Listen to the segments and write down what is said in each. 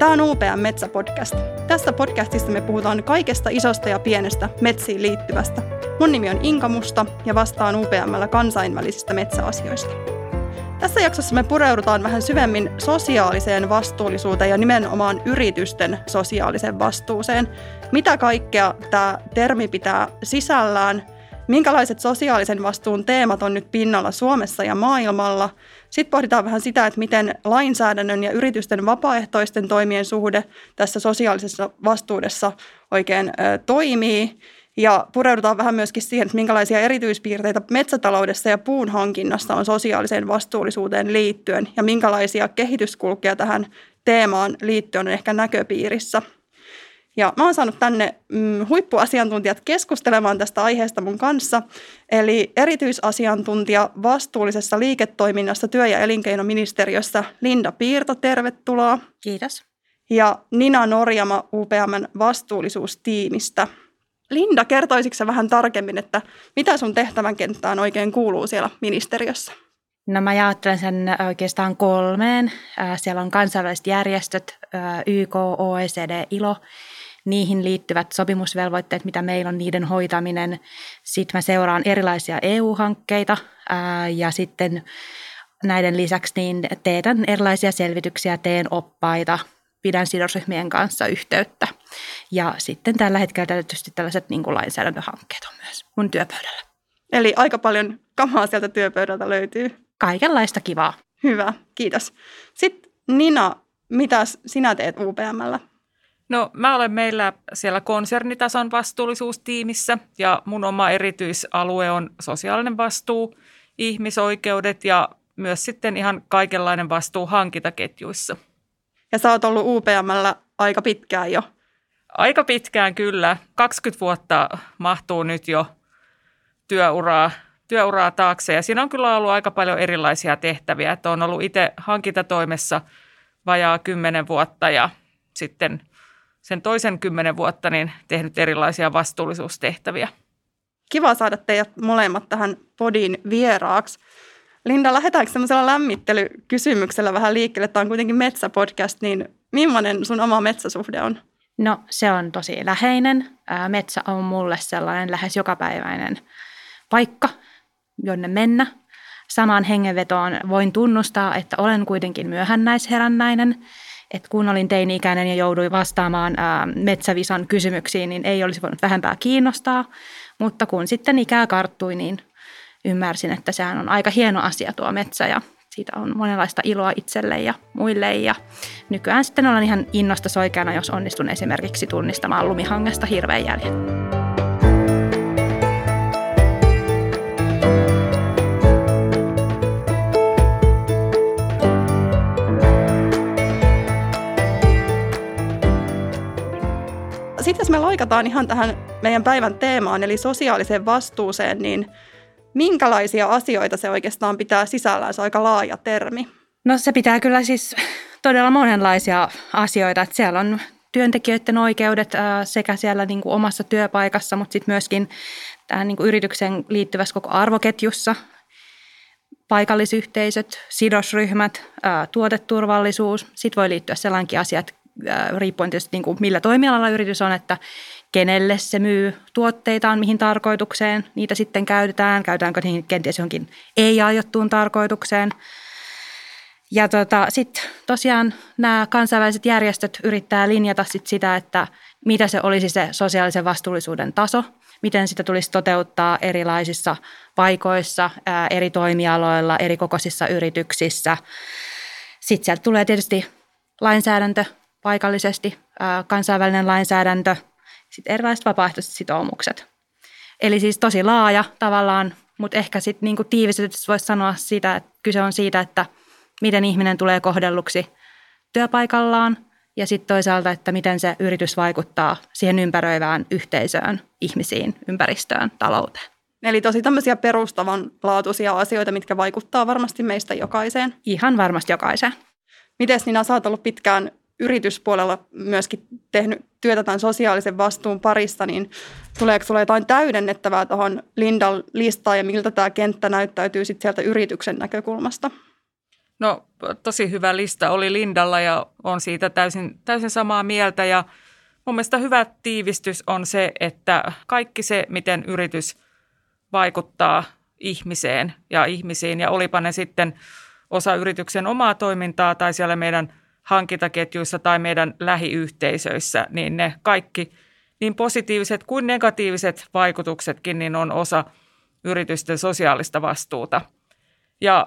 Tämä on UPM Metsä-podcast. Tässä podcastissa me puhutaan kaikesta isosta ja pienestä metsiin liittyvästä. Mun nimi on Inka Musta ja vastaan UPM:llä kansainvälisistä metsäasioista. Tässä jaksossa me pureudutaan vähän syvemmin sosiaaliseen vastuullisuuteen ja nimenomaan yritysten sosiaaliseen vastuuseen. Mitä kaikkea tämä termi pitää sisällään? Minkälaiset sosiaalisen vastuun teemat on nyt pinnalla Suomessa ja maailmalla? Sitten pohditaan vähän sitä, että miten lainsäädännön ja yritysten vapaaehtoisten toimien suhde tässä sosiaalisessa vastuudessa oikein toimii. Ja pureudutaan vähän myöskin siihen, että minkälaisia erityispiirteitä metsätaloudessa ja puun hankinnassa on sosiaaliseen vastuullisuuteen liittyen ja minkälaisia kehityskulkuja tähän teemaan liittyen on ehkä näköpiirissä. Ja mä oon saanut tänne huippuasiantuntijat keskustelemaan tästä aiheesta mun kanssa, eli erityisasiantuntija vastuullisessa liiketoiminnassa työ- ja elinkeinoministeriössä Linda Piirto, tervetuloa. Kiitos. Ja Nina Norjama UPM:n vastuullisuustiimistä. Linda, kertoisitko sä vähän tarkemmin, että mitä sun tehtävänkenttään oikein kuuluu siellä ministeriössä? No mä jaottelen sen oikeastaan kolmeen. Siellä on kansainväliset järjestöt, YK, OECD, ILO. Niihin liittyvät sopimusvelvoitteet, mitä meillä on, niiden hoitaminen. Sitten mä seuraan erilaisia EU-hankkeita ja sitten näiden lisäksi niin teetän erilaisia selvityksiä, teen oppaita, pidän sidosryhmien kanssa yhteyttä. Ja sitten tällä hetkellä tietysti tällaiset niin kuin lainsäädäntöhankkeet on myös mun työpöydällä. Eli aika paljon kamaa sieltä työpöydältä löytyy. Kaikenlaista kivaa. Hyvä, kiitos. Sitten Nina, mitä sinä teet UPM:llä? No mä olen meillä siellä konsernitason vastuullisuustiimissä ja mun oma erityisalue on sosiaalinen vastuu, ihmisoikeudet ja myös sitten ihan kaikenlainen vastuu hankintaketjuissa. Ja sä oot ollut UPM:llä aika pitkään jo. Aika pitkään kyllä. 20 vuotta mahtuu nyt jo työuraa taakse ja siinä on kyllä ollut aika paljon erilaisia tehtäviä. Että olen ollut itse hankintatoimessa vajaa 10 vuotta ja sitten sen toisen 10 vuotta niin tehnyt erilaisia vastuullisuustehtäviä. Kiva saada teidät molemmat tähän podiin vieraaksi. Linda, lähdetäänkö semmoisella lämmittelykysymyksellä vähän liikkeelle? Tämä on kuitenkin metsäpodcast, niin millainen sun oma metsäsuhde on? No se on tosi läheinen. Metsä on mulle sellainen lähes jokapäiväinen paikka, jonne mennä. Samaan hengenvetoon voin tunnustaa, että olen kuitenkin myöhännäisherännäinen. Että kun olin teini-ikäinen ja jouduin vastaamaan metsävisan kysymyksiin, niin ei olisi voinut vähempää kiinnostaa. Mutta kun sitten ikää karttui, niin ymmärsin, että sehän on aika hieno asia tuo metsä ja siitä on monenlaista iloa itselle ja muille. Ja nykyään sitten olen ihan innosta soikeana, jos onnistun esimerkiksi tunnistamaan lumihangesta hirveän jäljen. Sitten jos me loikataan ihan tähän meidän päivän teemaan, eli sosiaaliseen vastuuseen, niin minkälaisia asioita se oikeastaan pitää sisällään? Se on aika laaja termi. No se pitää kyllä siis todella monenlaisia asioita. Että siellä on työntekijöiden oikeudet sekä siellä niin kuin omassa työpaikassa, mutta sitten myöskin tähän niin kuin yritykseen liittyvässä koko arvoketjussa. Paikallisyhteisöt, sidosryhmät, tuoteturvallisuus. Sitten voi liittyä sellainenkin asiat, riippuen tietysti niin kuin millä toimialalla yritys on, että kenelle se myy tuotteitaan, mihin tarkoitukseen niitä sitten käytetään, käytetäänkö niihin kenties johonkin ei-aiottuun tarkoitukseen. Ja sitten tosiaan nämä kansainväliset järjestöt yrittää linjata sit sitä, että mitä se olisi se sosiaalisen vastuullisuuden taso, miten sitä tulisi toteuttaa erilaisissa paikoissa, eri toimialoilla, eri kokoisissa yrityksissä. Sitten sieltä tulee tietysti lainsäädäntö paikallisesti, kansainvälinen lainsäädäntö, sitten erilaiset vapaaehtoiset sitoumukset. Eli siis tosi laaja tavallaan, mutta ehkä sitten niinku tiivistetysti voisi sanoa siitä, että kyse on siitä, että miten ihminen tulee kohdelluksi työpaikallaan ja sitten toisaalta, että miten se yritys vaikuttaa siihen ympäröivään yhteisöön, ihmisiin, ympäristöön, talouteen. Eli tosi tämmöisiä perustavanlaatuisia asioita, mitkä vaikuttaa varmasti meistä jokaiseen. Ihan varmasti jokaiseen. Mites Nina, sä oot ollut pitkään yrityspuolella myöskin tehnyt työtä tämän sosiaalisen vastuun parissa, niin tuleeko sulle jotain täydennettävää tuohon Lindan listaan ja miltä tämä kenttä näyttäytyy sitten sieltä yrityksen näkökulmasta? No tosi hyvä lista oli Lindalla ja on siitä täysin samaa mieltä ja mun mielestä hyvä tiivistys on se, että kaikki se, miten yritys vaikuttaa ihmiseen ja ihmisiin ja olipa ne sitten osa yrityksen omaa toimintaa tai siellä meidän hankintaketjuissa tai meidän lähiyhteisöissä, niin ne kaikki niin positiiviset kuin negatiiviset vaikutuksetkin niin on osa yritysten sosiaalista vastuuta. Ja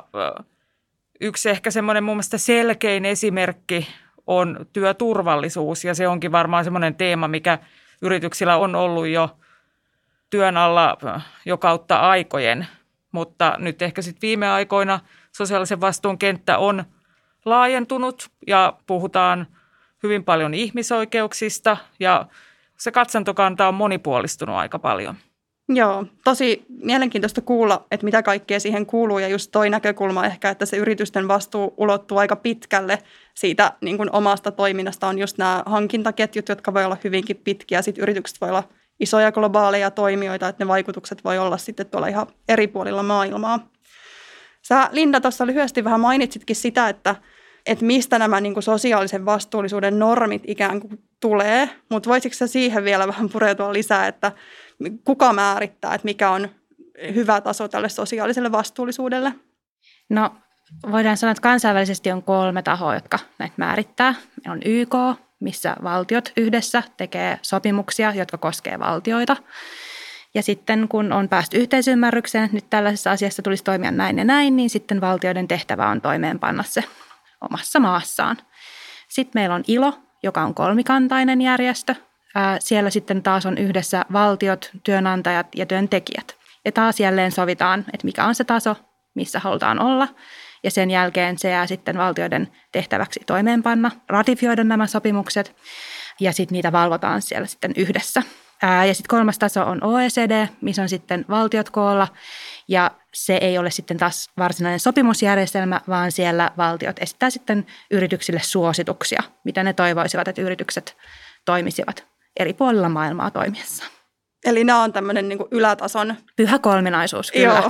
yksi ehkä semmoinen mun mielestä selkein esimerkki on työturvallisuus ja se onkin varmaan semmoinen teema, mikä yrityksillä on ollut jo työn alla jo kautta aikojen, mutta nyt ehkä sitten viime aikoina sosiaalisen vastuun kenttä on laajentunut ja puhutaan hyvin paljon ihmisoikeuksista ja se katsantokanta on monipuolistunut aika paljon. Joo, tosi mielenkiintoista kuulla, että mitä kaikkea siihen kuuluu ja just toi näkökulma ehkä, että se yritysten vastuu ulottuu aika pitkälle siitä niin kuin omasta toiminnasta on just nämä hankintaketjut, jotka voi olla hyvinkin pitkiä. Sitten yritykset voi olla isoja globaaleja toimijoita, että ne vaikutukset voi olla sitten tuolla ihan eri puolilla maailmaa. Sä, Linda, tuossa lyhyesti vähän mainitsitkin sitä, että mistä nämä niin kuin sosiaalisen vastuullisuuden normit ikään kuin tulee, mutta voisitko sä siihen vielä vähän pureutua lisää, että kuka määrittää, että mikä on hyvä taso tälle sosiaaliselle vastuullisuudelle? No voidaan sanoa, että kansainvälisesti on 3 tahoa, jotka näitä määrittää. Meillä on YK, missä valtiot yhdessä tekee sopimuksia, jotka koskee valtioita. Ja sitten kun on päästy yhteisymmärrykseen, että nyt tällaisessa asiassa tulisi toimia näin ja näin, niin sitten valtioiden tehtävä on toimeenpanna se omassa maassaan. Sitten meillä on ILO, joka on kolmikantainen järjestö. Siellä sitten taas on yhdessä valtiot, työnantajat ja työntekijät. Ja taas jälleen sovitaan, että mikä on se taso, missä halutaan olla. Ja sen jälkeen se jää sitten valtioiden tehtäväksi toimeenpanna, ratifioida nämä sopimukset ja sitten niitä valvotaan siellä sitten yhdessä. Ja sitten 3. taso on OECD, missä on sitten valtiot koolla ja se ei ole sitten taas varsinainen sopimusjärjestelmä, vaan siellä valtiot esittää sitten yrityksille suosituksia, mitä ne toivoisivat, että yritykset toimisivat eri puolilla maailmaa toimiessa. Eli nämä on tämmöinen niin kuin ylätason pyhä kolminaisuus, kyllä. Joo.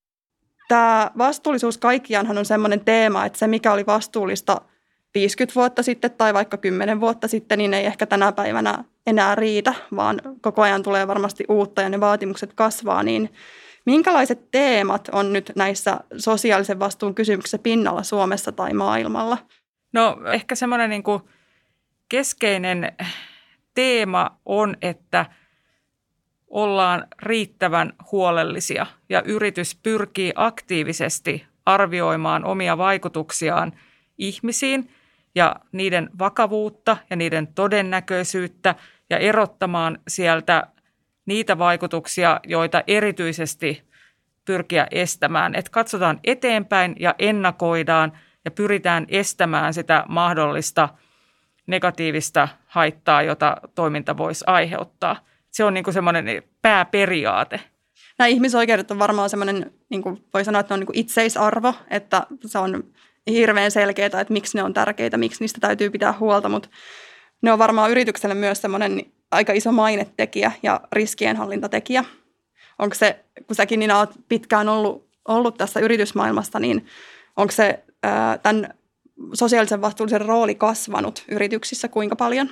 Tämä vastuullisuus kaikkiaanhan on semmoinen teema, että se mikä oli vastuullista 50 vuotta sitten tai vaikka 10 vuotta sitten, niin ei ehkä tänä päivänä enää riitä, vaan koko ajan tulee varmasti uutta ja ne vaatimukset kasvaa. Niin minkälaiset teemat on nyt näissä sosiaalisen vastuun kysymyksissä pinnalla Suomessa tai maailmalla? No ehkä semmoinen niin kuin keskeinen teema on, että ollaan riittävän huolellisia ja yritys pyrkii aktiivisesti arvioimaan omia vaikutuksiaan ihmisiin ja niiden vakavuutta ja niiden todennäköisyyttä ja erottamaan sieltä niitä vaikutuksia, joita erityisesti pyrkiä estämään. Että katsotaan eteenpäin ja ennakoidaan ja pyritään estämään sitä mahdollista negatiivista haittaa, jota toiminta voisi aiheuttaa. Se on niin kuin semmoinen pääperiaate. Nämä ihmisoikeudet on varmaan semmoinen, niin kuin voi sanoa, että ne on niin kuin itseisarvo, että se on hirveän selkeää, että miksi ne on tärkeitä, miksi niistä täytyy pitää huolta, mutta ne on varmaan yritykselle myös semmoinen aika iso mainetekijä ja riskienhallintatekijä. Onko se, kun säkin Nina olet pitkään ollut tässä yritysmaailmassa, niin onko se tämän sosiaalisen vastuullisen rooli kasvanut yrityksissä kuinka paljon?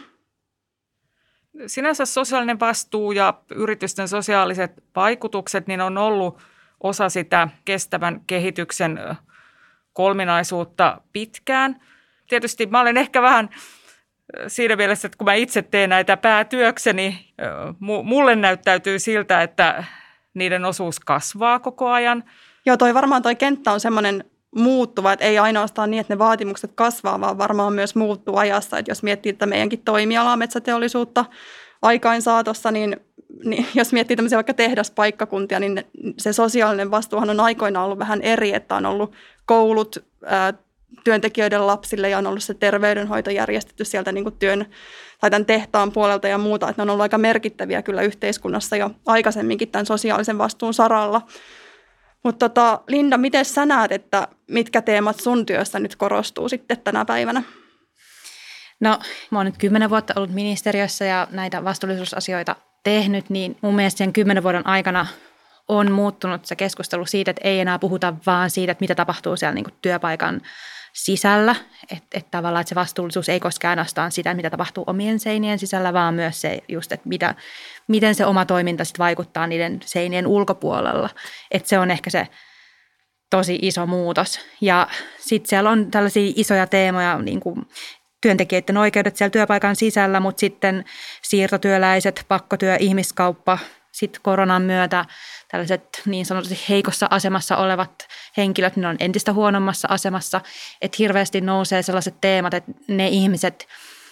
Sinänsä sosiaalinen vastuu ja yritysten sosiaaliset vaikutukset niin on ollut osa sitä kestävän kehityksen kolminaisuutta pitkään. Tietysti mä olen ehkä vähän siinä mielessä, että kun mä itse teen näitä päätyökseni, mulle näyttäytyy siltä, että niiden osuus kasvaa koko ajan. Joo, toi kenttä on semmoinen muuttuva, että ei ainoastaan niin, että ne vaatimukset kasvaa, vaan varmaan myös muuttuu ajassa. Että jos miettii, että meidänkin toimialaa metsäteollisuutta aikain saatossa, niin jos miettii tämmöisiä vaikka tehdaspaikkakuntia, niin se sosiaalinen vastuuhan on aikoinaan ollut vähän eri, että on ollut koulut työntekijöiden lapsille ja on ollut se terveydenhoito järjestetty sieltä niin kuin tämän tehtaan puolelta ja muuta, että ne on ollut aika merkittäviä kyllä yhteiskunnassa jo aikaisemminkin tämän sosiaalisen vastuun saralla. Mutta Linda, miten sä näet, että mitkä teemat sun työssä nyt korostuu sitten tänä päivänä? No, mä oon nyt 10 vuotta ollut ministeriössä ja näitä vastuullisuusasioita tehnyt, niin mun mielestä sen 10 vuoden aikana on muuttunut se keskustelu siitä, että ei enää puhuta vaan siitä, että mitä tapahtuu siellä niin kuin työpaikan sisällä, että tavallaan että se vastuullisuus ei koske ainoastaan sitä, mitä tapahtuu omien seinien sisällä, vaan myös se just, että miten se oma toiminta sit vaikuttaa niiden seinien ulkopuolella. Että se on ehkä se tosi iso muutos. Ja sitten siellä on tällaisia isoja teemoja, niin kuin työntekijöiden oikeudet siellä työpaikan sisällä, mutta sitten siirtotyöläiset, pakkotyö, ihmiskauppa, sitten koronan myötä tällaiset niin sanotusti heikossa asemassa olevat henkilöt, ne on entistä huonommassa asemassa, että hirveästi nousee sellaiset teemat, että ne ihmiset,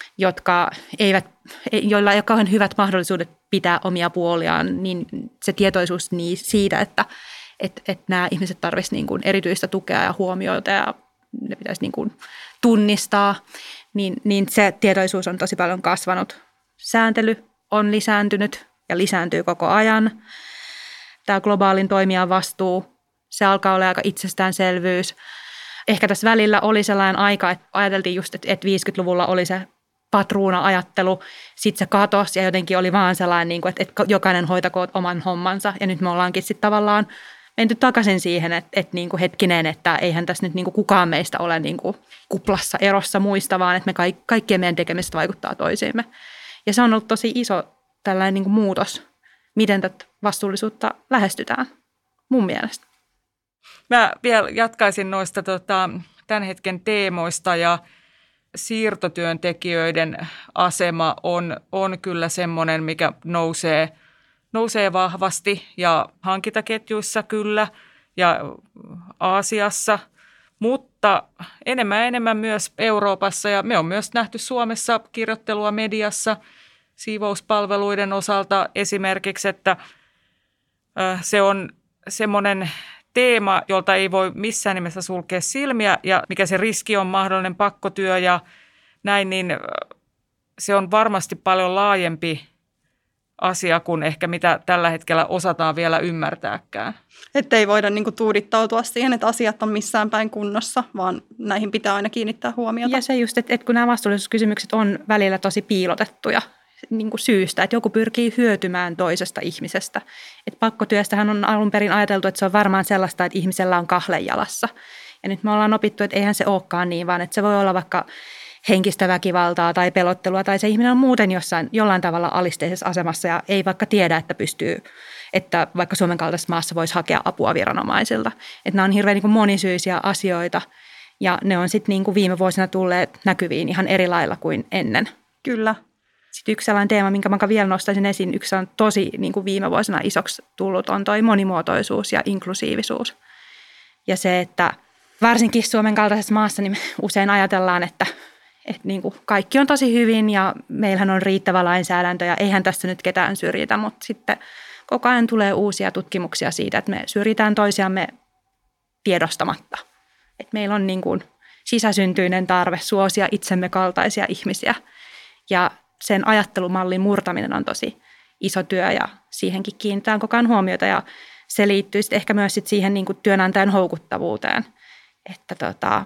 joilla ei ole kauhean hyvät mahdollisuudet pitää omia puoliaan, niin se tietoisuus siitä, että nämä ihmiset tarvitsisivat niin kuin erityistä tukea ja huomiota ja ne pitäisi niin kuin tunnistaa, niin se tietoisuus on tosi paljon kasvanut. Sääntely on lisääntynyt ja lisääntyy koko ajan. Tämä globaalin toimijan vastuu, se alkaa olla aika itsestäänselvyys. Ehkä tässä välillä oli sellainen aika, että ajateltiin just, että 50-luvulla oli se patruuna-ajattelu, sitten se katosi ja jotenkin oli vaan sellainen, että jokainen hoitakoon oman hommansa. Ja nyt me ollaankin sitten tavallaan menty takaisin siihen, että niin kuin hetkinen, että eihän tässä nyt niin kuin kukaan meistä ole niin kuin kuplassa erossa muista, vaan että me kaikkien meidän tekemisestä vaikuttaa toisiimme. Ja se on ollut tosi iso tällainen niin kuin muutos, miten tätä vastuullisuutta lähestytään mun mielestä. Mä vielä jatkaisin noista tämän hetken teemoista ja siirtotyöntekijöiden asema on kyllä semmoinen, mikä nousee vahvasti ja hankintaketjuissa kyllä ja Aasiassa, mutta enemmän myös Euroopassa ja me on myös nähty Suomessa kirjoittelua mediassa siivouspalveluiden osalta esimerkiksi, että se on semmoinen teema, jolta ei voi missään nimessä sulkea silmiä ja mikä se riski on, mahdollinen pakkotyö ja näin, niin se on varmasti paljon laajempi asia kuin ehkä mitä tällä hetkellä osataan vielä ymmärtääkään. Että ei voida niin kuin tuudittautua siihen, että asiat on missään päin kunnossa, vaan näihin pitää aina kiinnittää huomiota. Ja se just, että kun nämä vastuullisuuskysymykset on välillä tosi piilotettuja niin kuin syystä, että joku pyrkii hyötymään toisesta ihmisestä. Että pakkotyöstähän on alun perin ajateltu, että se on varmaan sellaista, että ihmisellä on kahle jalassa. Ja nyt me ollaan opittu, että eihän se olekaan niin, vaan että se voi olla vaikka henkistä väkivaltaa tai pelottelua tai se ihminen on muuten jollain tavalla alisteisessa asemassa ja ei vaikka tiedä, että vaikka Suomen kaltaisessa maassa voisi hakea apua viranomaisilta. Että nämä on hirveän niin kuin monisyisiä asioita ja ne on sitten niin kuin viime vuosina tulleet näkyviin ihan eri lailla kuin ennen. Kyllä. Sitten yksi sellainen teema, minkä mä vielä nostaisin esiin, yksi on tosi niin kuin viime vuosina isoksi tullut, on toi monimuotoisuus ja inklusiivisuus. Ja se, että varsinkin Suomen kaltaisessa maassa niin usein ajatellaan, että niin kuin kaikki on tosi hyvin ja meillähän on riittävä lainsäädäntö ja eihän tässä nyt ketään syrjitä, mutta sitten koko ajan tulee uusia tutkimuksia siitä, että me syrjitään toisiamme tiedostamatta. Että meillä on niin kuin sisäsyntyinen tarve suosia itsemme kaltaisia ihmisiä ja sen ajattelumallin murtaminen on tosi iso työ ja siihenkin kiinnitetään koko ajan huomiota ja se liittyy sitten ehkä myös siihen niin kuin työnantajan houkuttavuuteen, että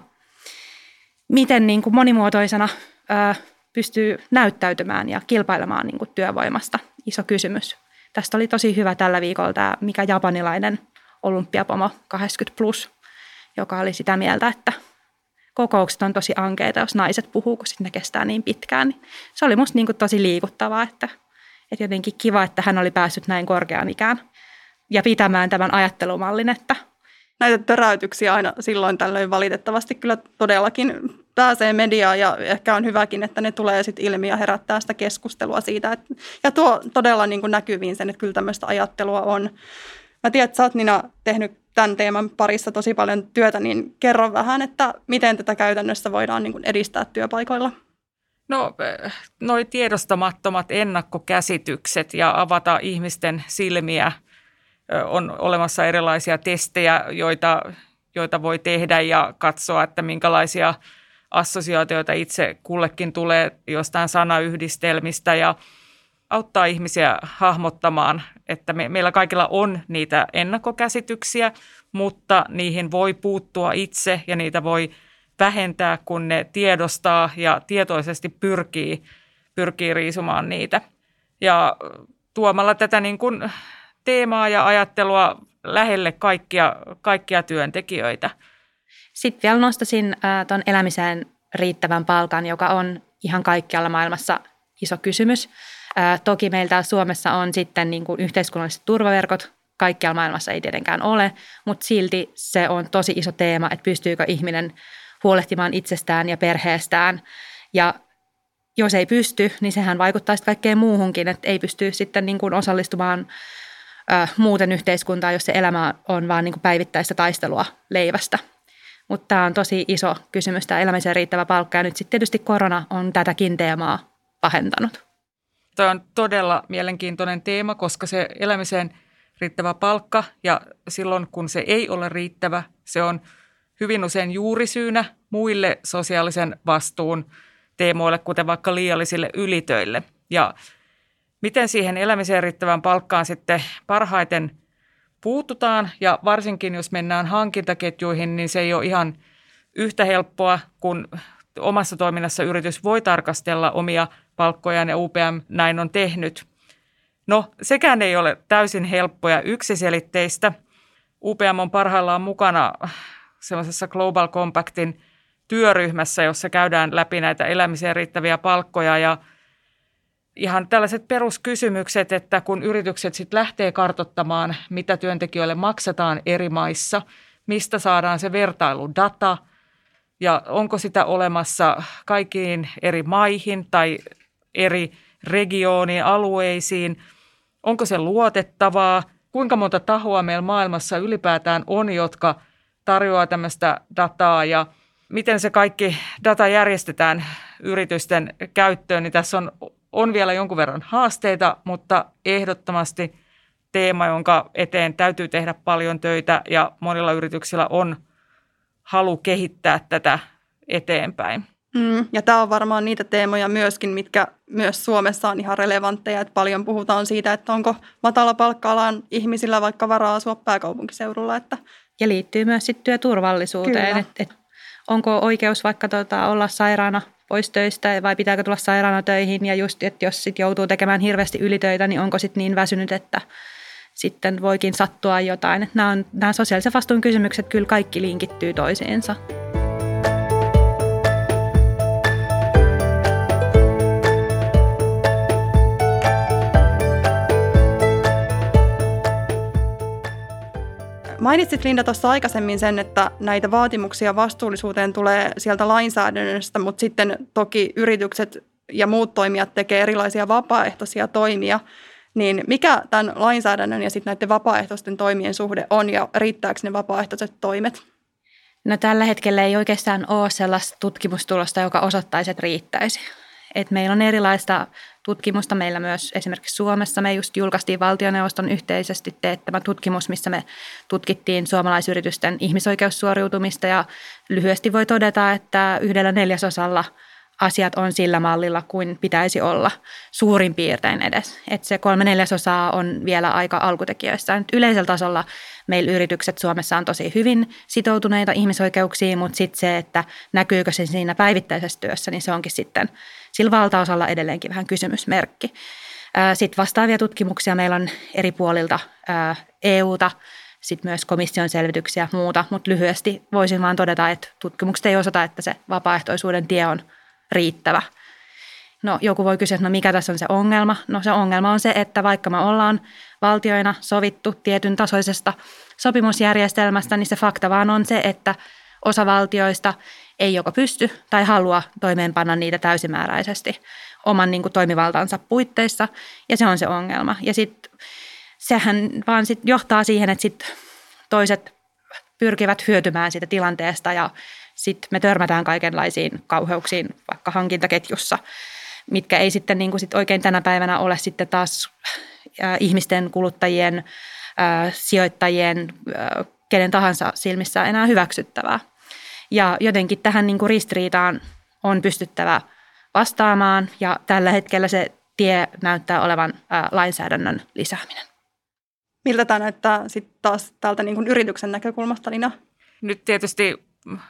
miten niin kuin monimuotoisena pystyy näyttäytymään ja kilpailemaan niin kuin työvoimasta. Iso kysymys. Tästä oli tosi hyvä tällä viikolla tämä mikä japanilainen olympiapomo 80+, joka oli sitä mieltä, että kokoukset on tosi ankeita, jos naiset puhuu, kun sitten ne kestää niin pitkään. Niin se oli musta niin kuin tosi liikuttavaa, että jotenkin kiva, että hän oli päässyt näin korkeaan ikään ja pitämään tämän ajattelumallin, että näitä töräytyksiä aina silloin tällöin valitettavasti kyllä todellakin pääsee mediaan ja ehkä on hyväkin, että ne tulee sitten ilmi ja herättää sitä keskustelua siitä. Ja tuo todella niin kuin näkyviin sen, että kyllä tämmöistä ajattelua on. Mä tiedän, että sä oot Nina tehnyt tämän teeman parissa tosi paljon työtä, niin kerro vähän, että miten tätä käytännössä voidaan niin kuin edistää työpaikoilla. No, noi tiedostamattomat ennakkokäsitykset ja avata ihmisten silmiä. On olemassa erilaisia testejä, joita voi tehdä ja katsoa, että minkälaisia assosiaatioita itse kullekin tulee jostain sanayhdistelmistä ja auttaa ihmisiä hahmottamaan, että meillä kaikilla on niitä ennakkokäsityksiä, mutta niihin voi puuttua itse ja niitä voi vähentää, kun ne tiedostaa ja tietoisesti pyrkii riisumaan niitä. Ja tuomalla tätä niin kuin teemaa ja ajattelua lähelle kaikkia työntekijöitä. Sitten vielä nostaisin tuon elämiseen riittävän palkan, joka on ihan kaikkialla maailmassa iso kysymys. Toki meillä täällä Suomessa on sitten niin kuin yhteiskunnalliset turvaverkot, kaikkialla maailmassa ei tietenkään ole, mutta silti se on tosi iso teema, että pystyykö ihminen huolehtimaan itsestään ja perheestään. Ja jos ei pysty, niin sehän vaikuttaa sitten kaikkeen muuhunkin, että ei pysty sitten niin kuin osallistumaan muuten yhteiskuntaan, jos se elämä on vaan niin kuin päivittäistä taistelua leivästä. Mutta tämä on tosi iso kysymys, tämä elämiseen riittävä palkka, ja nyt sitten tietysti korona on tätäkin teemaa pahentanut. Tämä on todella mielenkiintoinen teema, koska se elämiseen riittävä palkka ja silloin kun se ei ole riittävä, se on hyvin usein juurisyynä muille sosiaalisen vastuun teemoille, kuten vaikka liiallisille ylitöille. Ja miten siihen elämiseen riittävään palkkaan sitten parhaiten puututaan ja varsinkin jos mennään hankintaketjuihin, niin se ei ole ihan yhtä helppoa, kun omassa toiminnassa yritys voi tarkastella omia palkkojaan ja UPM näin on tehnyt. No, sekään ei ole täysin helppoa ja yksiselitteistä. UPM on parhaillaan mukana sellaisessa Global Compactin työryhmässä, jossa käydään läpi näitä elämiseen riittäviä palkkoja ja ihan tällaiset peruskysymykset, että kun yritykset sitten lähtee kartoittamaan, mitä työntekijöille maksetaan eri maissa, mistä saadaan se vertailudata ja onko sitä olemassa kaikkiin eri maihin tai eri regiooniin, alueisiin, onko se luotettavaa, kuinka monta tahoa meillä maailmassa ylipäätään on, jotka tarjoaa tämmöistä dataa ja miten se kaikki data järjestetään yritysten käyttöön, niin tässä on vielä jonkun verran haasteita, mutta ehdottomasti teema, jonka eteen täytyy tehdä paljon töitä ja monilla yrityksillä on halu kehittää tätä eteenpäin. Ja tämä on varmaan niitä teemoja myöskin, mitkä myös Suomessa on ihan relevantteja, että paljon puhutaan siitä, että onko matalapalkka-alan ihmisillä vaikka varaa asua pääkaupunkiseudulla. Ja liittyy myös sitten työturvallisuuteen, että onko oikeus vaikka olla sairaana pois töistä vai pitääkö tulla sairaana töihin ja just, että jos sit joutuu tekemään hirveästi ylitöitä, niin onko sitten niin väsynyt, että sitten voikin sattua jotain. Että nämä sosiaalisen vastuun kysymykset kyllä kaikki linkittyy toisiinsa. Mainitsit Linda tuossa aikaisemmin sen, että näitä vaatimuksia vastuullisuuteen tulee sieltä lainsäädännöstä, mutta sitten toki yritykset ja muut toimijat tekee erilaisia vapaaehtoisia toimia. Niin mikä tämän lainsäädännön ja sitten näiden vapaaehtoisten toimien suhde on ja riittääkö ne vapaaehtoiset toimet? No tällä hetkellä ei oikeastaan ole sellaista tutkimustulosta, joka osoittaisi, että riittäisi. Et meillä on erilaista tutkimusta. Meillä myös esimerkiksi Suomessa me just julkaistiin valtioneuvoston yhteisesti teettämä tutkimus, missä me tutkittiin suomalaisyritysten ihmisoikeussuoriutumista ja lyhyesti voi todeta, että 1/4 asiat on sillä mallilla kuin pitäisi olla suurin piirtein edes. Että se 3/4 on vielä aika alkutekijöissä. Nyt yleisellä tasolla meillä yritykset Suomessa on tosi hyvin sitoutuneita ihmisoikeuksiin, mutta sitten se, että näkyykö se siinä päivittäisessä työssä, niin se onkin sitten sillä valtaosalla edelleenkin vähän kysymysmerkki. Sitten vastaavia tutkimuksia meillä on eri puolilta EUta, sitten myös komission selvityksiä ja muuta, mutta lyhyesti voisin vaan todeta, että tutkimukset ei osoita, että se vapaaehtoisuuden tie on riittävä. No joku voi kysyä, että no mikä tässä on se ongelma? No se ongelma on se, että vaikka me ollaan valtioina sovittu tietyn tasoisesta sopimusjärjestelmästä, niin se fakta vaan on se, että osa valtioista ei joko pysty tai halua toimeenpanna niitä täysimääräisesti oman niin kuin toimivaltansa puitteissa, ja se on se ongelma. Ja sitten sehän vaan sit johtaa siihen, että sit toiset pyrkivät hyötymään siitä tilanteesta, ja sitten me törmätään kaikenlaisiin kauheuksiin vaikka hankintaketjussa, mitkä ei sitten niin kuin sit oikein tänä päivänä ole sitten taas ihmisten, kuluttajien, sijoittajien, kenen tahansa silmissä enää hyväksyttävää. Ja jotenkin tähän niin kuin ristiriitaan on pystyttävä vastaamaan ja tällä hetkellä se tie näyttää olevan lainsäädännön lisääminen. Miltä tämä näyttää sitten taas täältä niin kuin yrityksen näkökulmasta, Lina? Nyt tietysti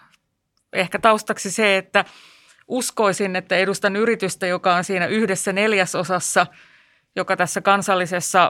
ehkä taustaksi se, että uskoisin, että edustan yritystä, joka on siinä 1/4, joka tässä kansallisessa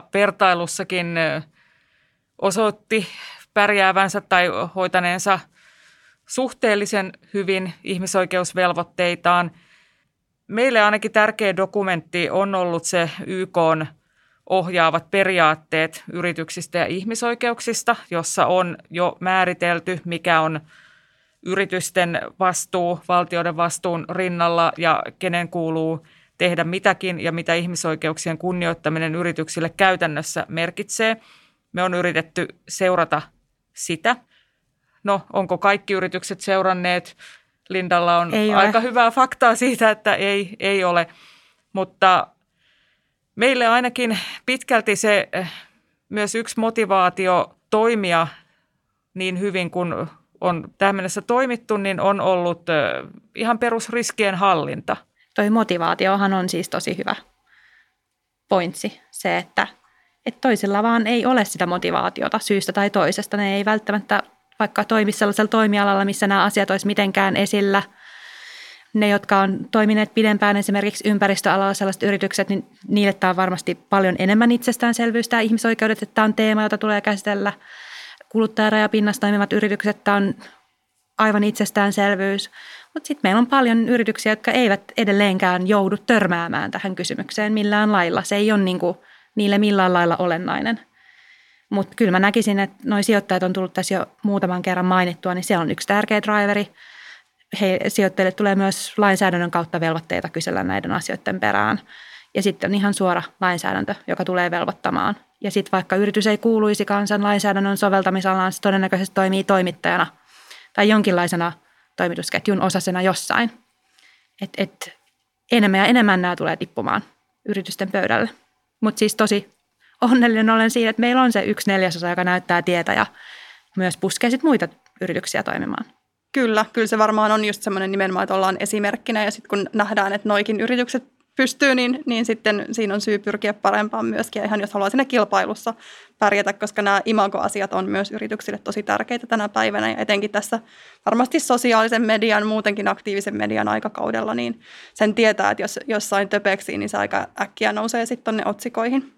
vertailussakin osoitti pärjäävänsä tai hoitaneensa suhteellisen hyvin ihmisoikeusvelvoitteitaan. Meille ainakin tärkeä dokumentti on ollut se YK:n ohjaavat periaatteet yrityksistä ja ihmisoikeuksista, jossa on jo määritelty, mikä on yritysten vastuu, valtioiden vastuun rinnalla ja kenen kuuluu tehdä mitäkin ja mitä ihmisoikeuksien kunnioittaminen yrityksille käytännössä merkitsee. Me on yritetty seurata sitä. No, onko kaikki yritykset seuranneet? Lindalla on aika hyvää faktaa siitä, että ei ole, mutta meille ainakin pitkälti se myös yksi motivaatio toimia niin hyvin kuin on tähän mennessä toimittu, niin on ollut ihan perusriskien hallinta. Toi motivaatiohan on siis tosi hyvä pointsi. Se, että toisilla vaan ei ole sitä motivaatiota syystä tai toisesta. Ne ei välttämättä vaikka toimi sellaisella toimialalla, missä nämä asiat olisi mitenkään esillä. Ne, jotka on toimineet pidempään esimerkiksi ympäristöalalla sellaiset yritykset, niin niille tämä on varmasti paljon enemmän itsestäänselvyys. Tämä ihmisoikeudet, että tämä on teema, jota tulee käsitellä. Kuluttajarajapinnassa toimivat yritykset, tämä on aivan itsestäänselvyys. Mutta sitten meillä on paljon yrityksiä, jotka eivät edelleenkään joudu törmäämään tähän kysymykseen millään lailla. Se ei ole niille millään lailla olennainen. Mutta kyllä mä näkisin, että nuo sijoittajat on tullut tässä jo muutaman kerran mainittua, niin se on yksi tärkeä driveri. Sijoittajille tulee myös lainsäädännön kautta velvoitteita kysellä näiden asioiden perään. Ja sitten on ihan suora lainsäädäntö, joka tulee velvoittamaan. Ja sitten vaikka yritys ei kuuluisikaan sen lainsäädännön soveltamisalaan, se todennäköisesti toimii toimittajana tai jonkinlaisena toimitusketjun osasena jossain. Et enemmän ja enemmän nämä tulee tippumaan yritysten pöydälle. Mutta siis tosi onnellinen olen siinä, että meillä on se 1/4, joka näyttää tietä ja myös puskee sit muita yrityksiä toimimaan. Kyllä se varmaan on just semmoinen nimenomaan, että ollaan esimerkkinä ja sitten kun nähdään, että noikin yritykset pystyy, niin sitten siinä on syy pyrkiä parempaan myöskin, ihan jos haluaa siinä kilpailussa pärjätä, koska nämä imago-asiat on myös yrityksille tosi tärkeitä tänä päivänä ja etenkin tässä varmasti sosiaalisen median, muutenkin aktiivisen median aikakaudella, niin sen tietää, että jos jossain töpeksii, niin se aika äkkiä nousee sitten tonne otsikoihin.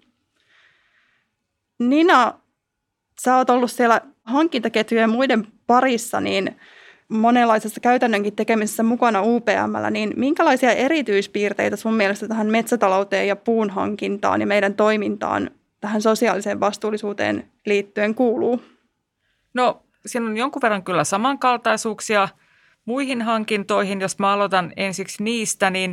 Nina, sä oot ollut siellä hankintaketjujen muiden parissa, niin monenlaisessa käytännönkin tekemisessä mukana UPM:llä, niin minkälaisia erityispiirteitä sun mielestä tähän metsätalouteen ja puun hankintaan ja meidän toimintaan tähän sosiaaliseen vastuullisuuteen liittyen kuuluu? No, siinä on jonkun verran kyllä samankaltaisuuksia muihin hankintoihin. Jos mä aloitan ensiksi niistä, niin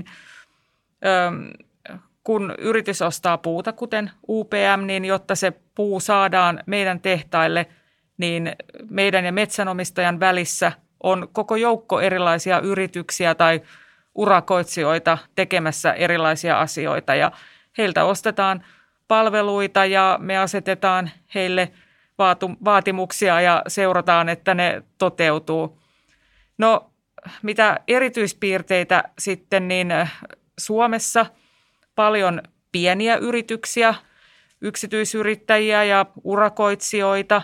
kun yritys ostaa puuta, kuten UPM, niin jotta se puu saadaan meidän tehtaille, niin meidän ja metsänomistajan välissä on koko joukko erilaisia yrityksiä tai urakoitsijoita tekemässä erilaisia asioita ja heiltä ostetaan palveluita ja me asetetaan heille vaatimuksia ja seurataan, että ne toteutuu. No, mitä erityispiirteitä sitten, niin Suomessa paljon pieniä yrityksiä, yksityisyrittäjiä ja urakoitsijoita.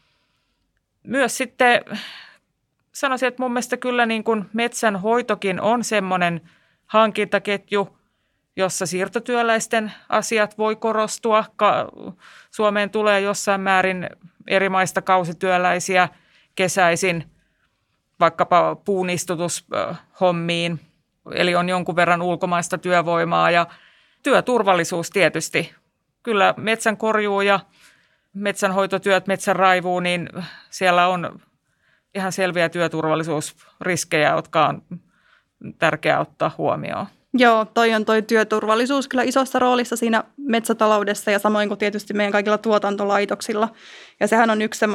Myös sitten sanoisin, että mun mielestä kyllä niin kuin metsänhoitokin on semmoinen hankintaketju, jossa siirtotyöläisten asiat voi korostua. Suomeen tulee jossain määrin eri maista kausityöläisiä kesäisin vaikkapa puunistutushommiin, eli on jonkun verran ulkomaista työvoimaa ja työturvallisuus tietysti. Kyllä metsän korjuu ja metsänhoitotyöt, metsän raivuu, niin siellä on ihan selviä työturvallisuusriskejä, jotka on tärkeää ottaa huomioon. Joo, toi työturvallisuus kyllä isossa roolissa siinä metsätaloudessa ja samoin kuin tietysti meidän kaikilla tuotantolaitoksilla. Ja sehän on yksi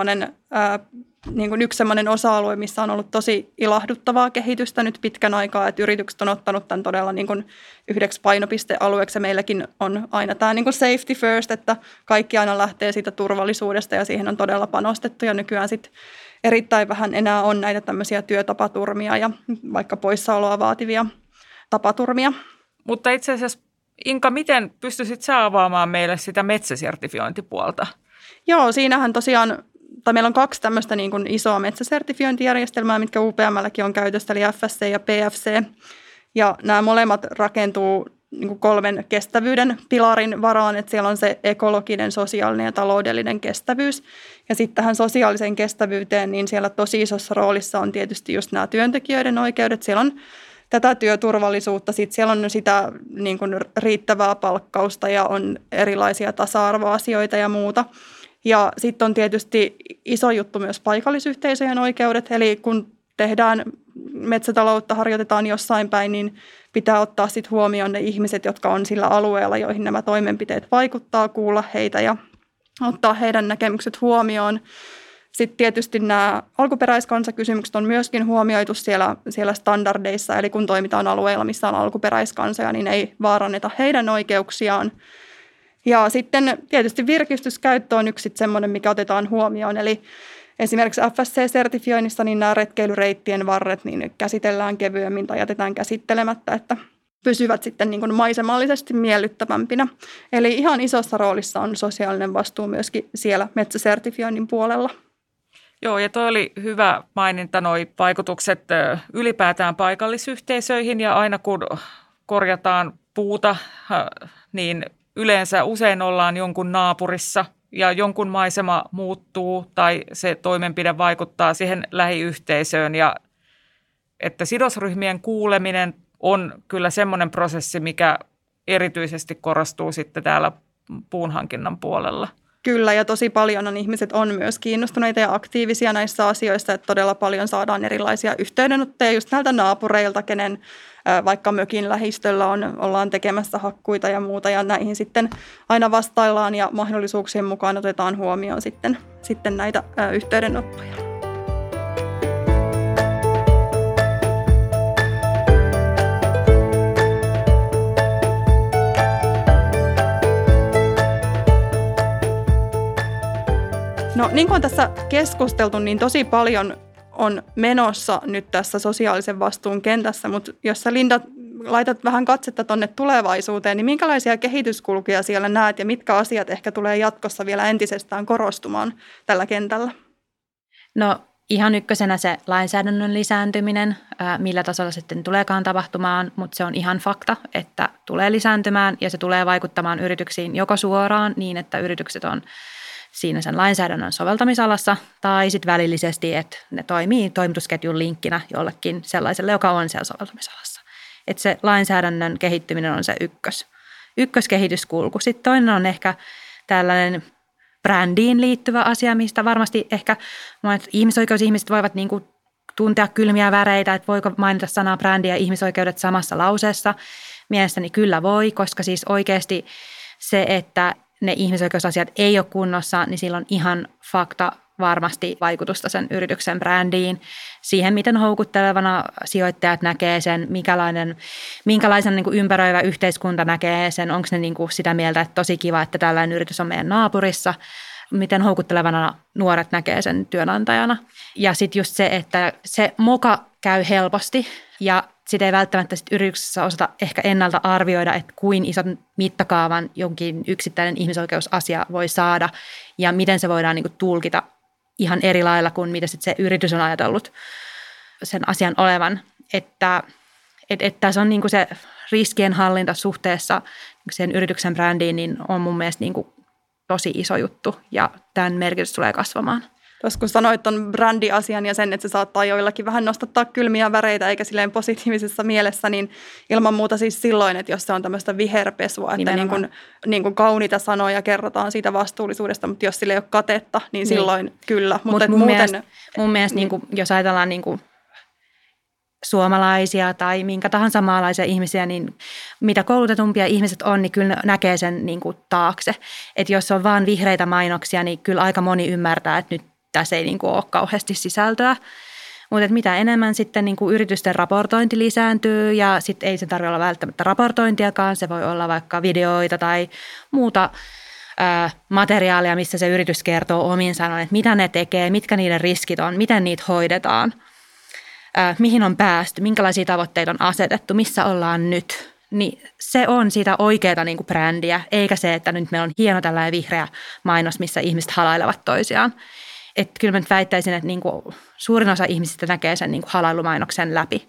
semmoinen osa-alue, missä on ollut tosi ilahduttavaa kehitystä nyt pitkän aikaa, että yritykset on ottanut tämän todella niin kuin yhdeksi painopistealueeksi. Meilläkin on aina tämä niin kuin safety first, että kaikki aina lähtee siitä turvallisuudesta ja siihen on todella panostettu ja nykyään sitten erittäin vähän enää on näitä tämmöisiä työtapaturmia ja vaikka poissaoloa vaativia tapaturmia. Mutta itse asiassa, Inka, miten pystyisit sä avaamaan meille sitä metsäsertifiointipuolta? Joo, siinähän tosiaan, tai meillä on 2 tämmöistä niin kuin isoa metsäsertifiointijärjestelmää, mitkä UPM:lläkin on käytössä, eli FSC ja PFC. Ja nämä molemmat rakentuu niin kuin 3 kestävyyden pilarin varaan, että siellä on se ekologinen, sosiaalinen ja taloudellinen kestävyys. Ja sitten tähän sosiaaliseen kestävyyteen, niin siellä tosi isossa roolissa on tietysti just nämä työntekijöiden oikeudet. Siellä on tätä työturvallisuutta, sitten siellä on sitä niin kuin riittävää palkkausta ja on erilaisia tasa-arvoasioita ja muuta. Ja sitten on tietysti iso juttu myös paikallisyhteisöjen oikeudet, eli kun tehdään metsätaloutta, harjoitetaan jossain päin, niin pitää ottaa sitten huomioon ne ihmiset, jotka on sillä alueella, joihin nämä toimenpiteet vaikuttaa, kuulla heitä ja ottaa heidän näkemykset huomioon. Sitten tietysti nämä alkuperäiskansakysymykset on myöskin huomioitu siellä standardeissa, eli kun toimitaan alueilla, missä on alkuperäiskansoja, niin ei vaaranneta heidän oikeuksiaan. Ja sitten tietysti virkistyskäyttö on yksi semmoinen, mikä otetaan huomioon, eli esimerkiksi FSC-sertifioinnissa niin nämä retkeilyreittien varret niin käsitellään kevyemmin tai jätetään käsittelemättä, että pysyvät sitten niin kuin maisemallisesti miellyttävämpinä. Eli ihan isossa roolissa on sosiaalinen vastuu myöskin siellä metsäsertifioinnin puolella. Joo, ja toi oli hyvä maininta, noi vaikutukset ylipäätään paikallisyhteisöihin, ja aina kun korjataan puuta, niin yleensä usein ollaan jonkun naapurissa ja jonkun maisema muuttuu tai se toimenpide vaikuttaa siihen lähiyhteisöön, ja että sidosryhmien kuuleminen on kyllä semmoinen prosessi, mikä erityisesti korostuu sitten täällä puunhankinnan puolella. Kyllä, ja tosi paljon ihmiset on myös kiinnostuneita ja aktiivisia näissä asioissa, että todella paljon saadaan erilaisia yhteydenottoja just näiltä naapureilta, kenen vaikka mökin lähistöllä ollaan tekemässä hakkuita ja muuta, ja näihin sitten aina vastaillaan ja mahdollisuuksien mukaan otetaan huomioon sitten näitä yhteydenottoja. No niin kuin on tässä keskusteltu, niin tosi paljon on menossa nyt tässä sosiaalisen vastuun kentässä, mutta jos sä Linda laitat vähän katsetta tuonne tulevaisuuteen, niin minkälaisia kehityskulkuja siellä näet ja mitkä asiat ehkä tulee jatkossa vielä entisestään korostumaan tällä kentällä? No ihan ykkösenä se lainsäädännön lisääntyminen, millä tasolla sitten tuleekaan tapahtumaan, mutta se on ihan fakta, että tulee lisääntymään ja se tulee vaikuttamaan yrityksiin joko suoraan niin, että yritykset on siinä sen lainsäädännön soveltamisalassa tai sitten välillisesti, että ne toimii toimitusketjun linkkinä jollekin sellaiselle, joka on siellä soveltamisalassa. Että se lainsäädännön kehittyminen on se ykköskehityskulku. Sitten toinen on ehkä tällainen brändiin liittyvä asia, mistä varmasti ehkä monet ihmisoikeusihmiset voivat niinku tuntea kylmiä väreitä, että voiko mainita sanaa brändi ja ihmisoikeudet samassa lauseessa. Mielestäni kyllä voi, koska siis oikeasti se, että ne ihmisoikeusasiat ei ole kunnossa, niin sillä on ihan fakta varmasti vaikutusta sen yrityksen brändiin, siihen miten houkuttelevana sijoittajat näkee sen, minkälaisen niin kuin ympäröivä yhteiskunta näkee sen, onko ne niin kuin sitä mieltä, että tosi kiva, että tällainen yritys on meidän naapurissa, miten houkuttelevana nuoret näkee sen työnantajana. Ja sitten just se, että se moka käy helposti ja sitä ei välttämättä sit yrityksessä osata ehkä ennalta arvioida, että kuin ison mittakaavan jonkin yksittäinen ihmisoikeusasia voi saada ja miten se voidaan niinku tulkita ihan eri lailla kuin mitä sit se yritys on ajatellut sen asian olevan. Että tässä on niinku se riskien hallinta suhteessa sen yrityksen brändiin niin on mun mielestä niinku tosi iso juttu ja tämän merkitys tulee kasvamaan. Tuossa kun sanoit tuon brändiasian ja sen, että se saattaa joillakin vähän nostattaa kylmiä väreitä eikä silleen positiivisessa mielessä, niin ilman muuta siis silloin, että jos se on tämmöistä viherpesua, että niin kuin kauniita sanoja kerrotaan siitä vastuullisuudesta, mutta jos sillä ei ole katetta, niin silloin kyllä. Mutta mun mielestä niin kuin, jos ajatellaan niin kuin suomalaisia tai minkä tahansa maalaisia ihmisiä, niin mitä koulutetumpia ihmiset on, niin kyllä näkee sen niin kuin taakse. Että jos on vaan vihreitä mainoksia, niin kyllä aika moni ymmärtää, että nyt tässä ei niin kuin ole kauheasti sisältöä. Mutta mitä enemmän sitten niin kuin yritysten raportointi lisääntyy ja sitten ei se tarvitse olla välttämättä raportointiakaan, se voi olla vaikka videoita tai muuta materiaalia, missä se yritys kertoo omin sanoin, että mitä ne tekee, mitkä niiden riskit on, miten niitä hoidetaan, mihin on päästy, minkälaisia tavoitteita on asetettu, missä ollaan nyt. Niin se on sitä oikeaa niin kuin brändiä, eikä se, että nyt meillä on hieno tällainen vihreä mainos, missä ihmiset halailevat toisiaan. Että kyllä mä nyt väittäisin, että niin kuin suurin osa ihmisistä näkee sen niin kuin halailumainoksen läpi.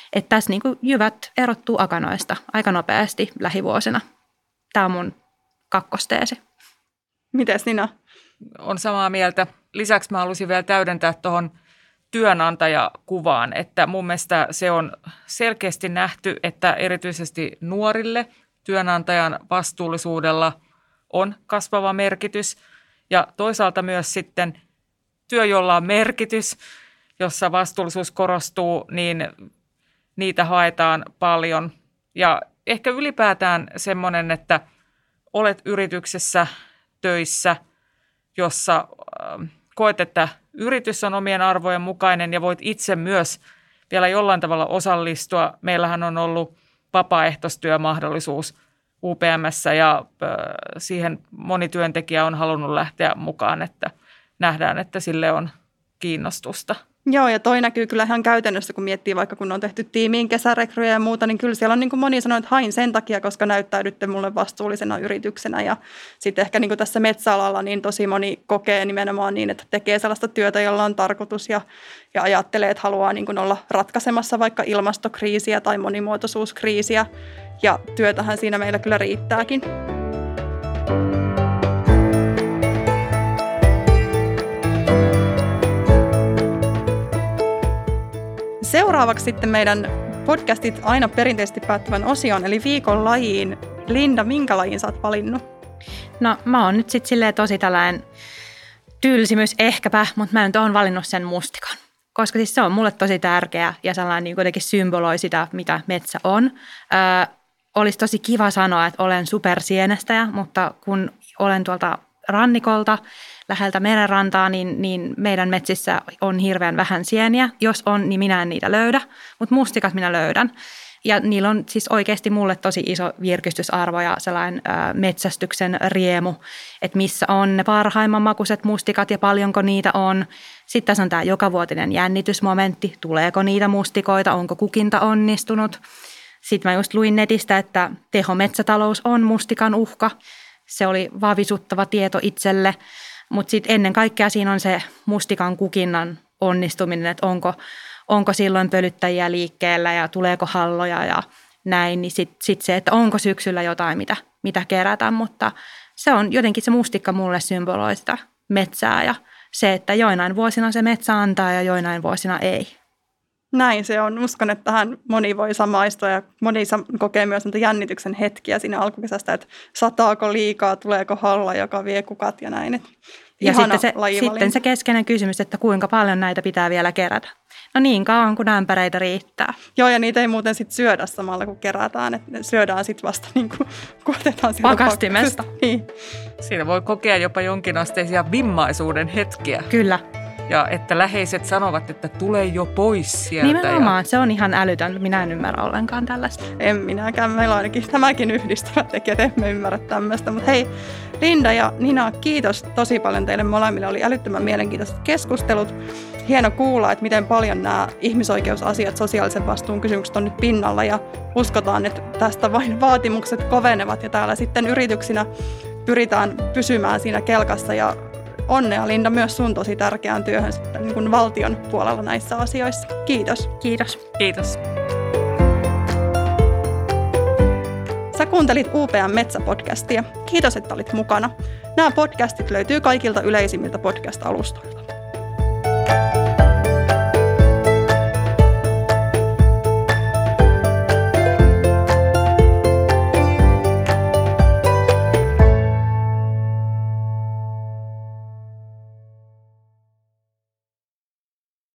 Että tässä niin kuin jyvät erottuu akanoista aika nopeasti lähivuosina. Tämä on mun kakkosteesi. Mites Nina? On samaa mieltä. Lisäksi mä haluaisin vielä täydentää tuohon työnantajakuvaan, että mun mielestä se on selkeästi nähty, että erityisesti nuorille työnantajan vastuullisuudella on kasvava merkitys ja toisaalta myös sitten työ, jolla on merkitys, jossa vastuullisuus korostuu, niin niitä haetaan paljon. Ja ehkä ylipäätään semmoinen, että olet yrityksessä töissä, jossa koet, että yritys on omien arvojen mukainen ja voit itse myös vielä jollain tavalla osallistua. Meillähän on ollut vapaaehtoistyömahdollisuus UPM:ssä ja siihen moni työntekijä on halunnut lähteä mukaan, että nähdään, että sille on kiinnostusta. Joo, ja toi näkyy kyllä ihan käytännössä, kun miettii vaikka kun on tehty tiimiin kesärekryjä ja muuta, niin kyllä siellä on niin kuin moni sanonut, että hain sen takia, koska näyttäydytte mulle vastuullisena yrityksenä. Ja sitten ehkä niin kuin tässä metsäalalla niin tosi moni kokee nimenomaan niin, että tekee sellaista työtä, jolla on tarkoitus ja ajattelee, että haluaa niin kuin olla ratkaisemassa vaikka ilmastokriisiä tai monimuotoisuuskriisiä. Ja työtähän siinä meillä kyllä riittääkin. Seuraavaksi sitten meidän podcastit aina perinteisesti päättävän osion, eli viikon lajiin. Linda, minkä lajin sä oot valinnut? No mä oon nyt sitten silleen tosi tällainen tylsimys ehkäpä, mutta mä nyt oon valinnut sen mustikan. Koska siis se on mulle tosi tärkeä ja sellainen niin kuitenkin symboloi sitä, mitä metsä on. Olisi tosi kiva sanoa, että olen supersienestäjä, mutta kun olen tuolta rannikolta, läheltä merenrantaa, niin meidän metsissä on hirveän vähän sieniä. Jos on, niin minä en niitä löydä, mutta mustikat minä löydän. Ja niillä on siis oikeasti mulle tosi iso virkistysarvo ja sellainen metsästyksen riemu, että missä on ne parhaimman makuiset mustikat ja paljonko niitä on. Sitten tässä on tämä jokavuotinen jännitysmomentti, tuleeko niitä mustikoita, onko kukinta onnistunut. Sitten mä just luin netistä, että tehometsätalous on mustikan uhka. Se oli vavisuttava tieto itselle. Mutta sitten ennen kaikkea siinä on se mustikan kukinnan onnistuminen, että onko silloin pölyttäjiä liikkeellä ja tuleeko halloja ja näin. Niin sitten se, että onko syksyllä jotain, mitä kerätään. Mutta se on jotenkin se mustikka mulle symboloi sitä metsää ja se, että joinain vuosina se metsä antaa ja joinain vuosina ei. Näin se on. Uskon, että tähän moni voi samaistua ja moni kokee myös jännityksen hetkiä siinä alkukesästä, että sataako liikaa, tuleeko halla, joka vie kukat ja näin. Ja sitten se keskeinen kysymys, että kuinka paljon näitä pitää vielä kerätä. No niin kauan, kun ämpäreitä riittää. Joo, ja niitä ei muuten sitten syödä samalla, kun kerätään. Että ne syödään sitten vasta niin kuin otetaan sieltä pakastimesta. Niin. Siinä voi kokea jopa jonkinasteisia vimmaisuuden hetkiä. Kyllä. Ja että läheiset sanovat, että tule jo pois sieltä. Nimenomaan, se on ihan älytön. Minä en ymmärrä ollenkaan tällaista. En minäkään. Meillä on ainakin tämäkin yhdistävä tekijä, että emme ymmärrä tämmöistä. Mutta hei, Linda ja Nina, kiitos tosi paljon teille molemmille. Oli älyttömän mielenkiintoiset keskustelut. Hieno kuulla, että miten paljon nämä ihmisoikeusasiat, sosiaalisen vastuun kysymykset on nyt pinnalla. Ja uskotaan, että tästä vain vaatimukset kovenevat. Ja täällä sitten yrityksinä pyritään pysymään siinä kelkassa ja onnea, Linda, myös sun tosi tärkeään työhön sitten niin kuin valtion puolella näissä asioissa. Kiitos. Kiitos. Kiitos. Sä kuuntelit UPM Metsä-podcastia. Kiitos, että olit mukana. Nämä podcastit löytyy kaikilta yleisimmiltä podcast-alustoilta.